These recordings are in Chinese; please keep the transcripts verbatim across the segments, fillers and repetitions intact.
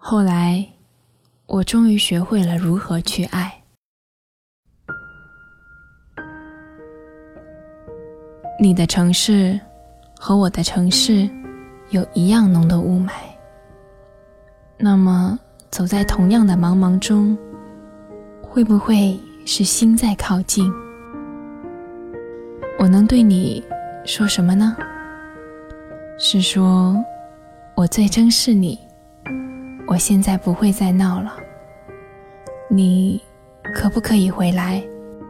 后来，我终于学会了如何去爱。你的城市和我的城市有一样浓的雾霾，那么走在同样的茫茫中，会不会是心在靠近？我能对你说什么呢？是说我最珍视你，我现在不会再闹了，你可不可以回来？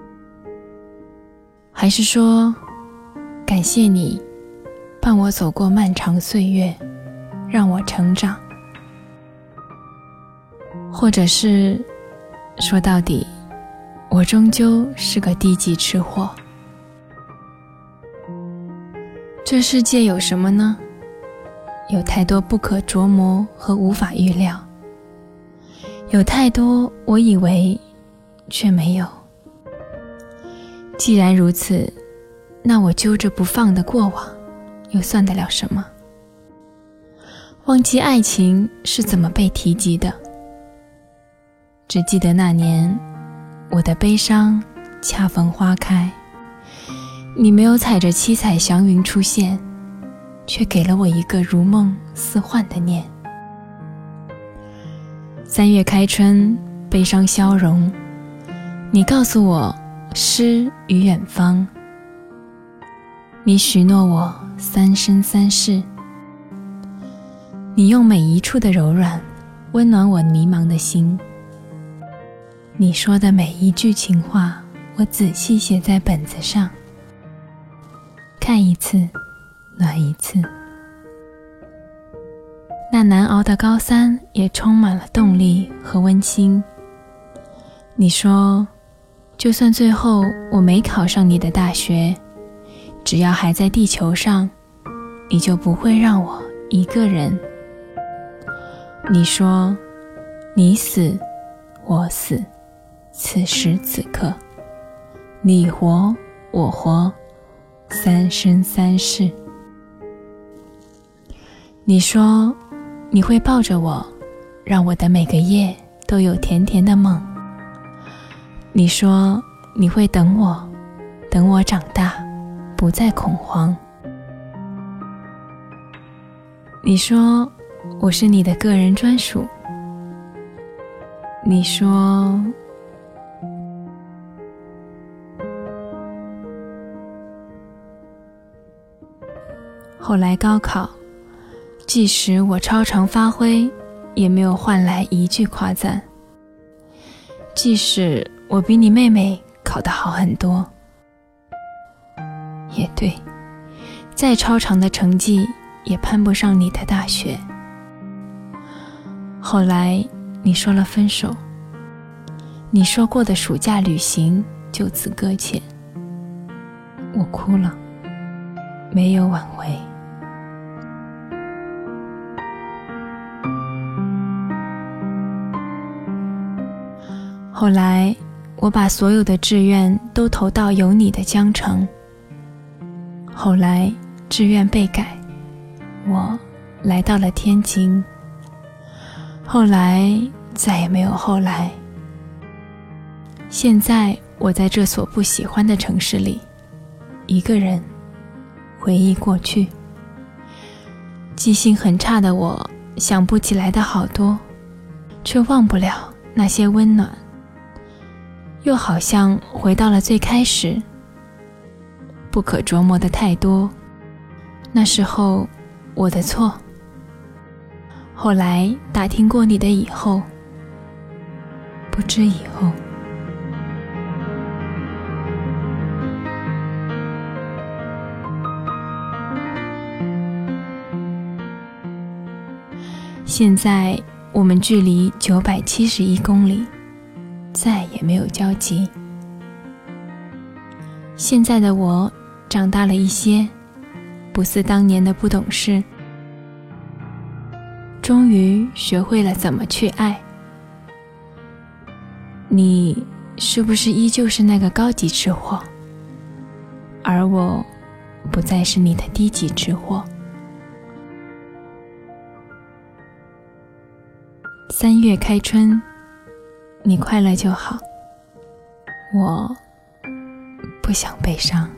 还是说感谢你伴我走过漫长岁月，让我成长？或者是说到底，我终究是个低级吃货。这世界有什么呢？有太多不可琢磨和无法预料，有太多我以为却没有。既然如此，那我揪着不放的过往又算得了什么？忘记爱情是怎么被提及的，只记得那年我的悲伤恰逢花开，你没有踩着七彩祥云出现，却给了我一个如梦似幻的念。三月开春，悲伤消融，你告诉我诗与远方，你许诺我三生三世，你用每一处的柔软温暖我迷茫的心，你说的每一句情话我仔细写在本子上，看一次暖一次。那难熬的高三也充满了动力和温馨。你说就算最后我没考上你的大学，只要还在地球上，你就不会让我一个人。你说你死我死，此时此刻，你活我活，三生三世。你说你会抱着我，让我的每个夜都有甜甜的梦。你说你会等我，等我长大，不再恐慌。你说我是你的个人专属。你说后来高考，即使我超常发挥，也没有换来一句夸赞。即使我比你妹妹考得好很多，也对，再超常的成绩也攀不上你的大学。后来你说了分手，你说过的暑假旅行就此搁浅，我哭了，没有挽回。后来我把所有的志愿都投到有你的江城，后来志愿被改，我来到了天津，后来再也没有后来。现在我在这所不喜欢的城市里，一个人回忆过去。记性很差的我想不起来的好多，却忘不了那些温暖，又好像回到了最开始。不可琢磨的太多，那时候我的错。后来打听过你的以后，不知以后。现在我们距离九百七十一公里，再也没有交集。现在的我长大了一些，不似当年的不懂事，终于学会了怎么去爱。你是不是依旧是那个高级吃货，而我不再是你的低级吃货？ 三月开春，你快乐就好，我不想悲伤。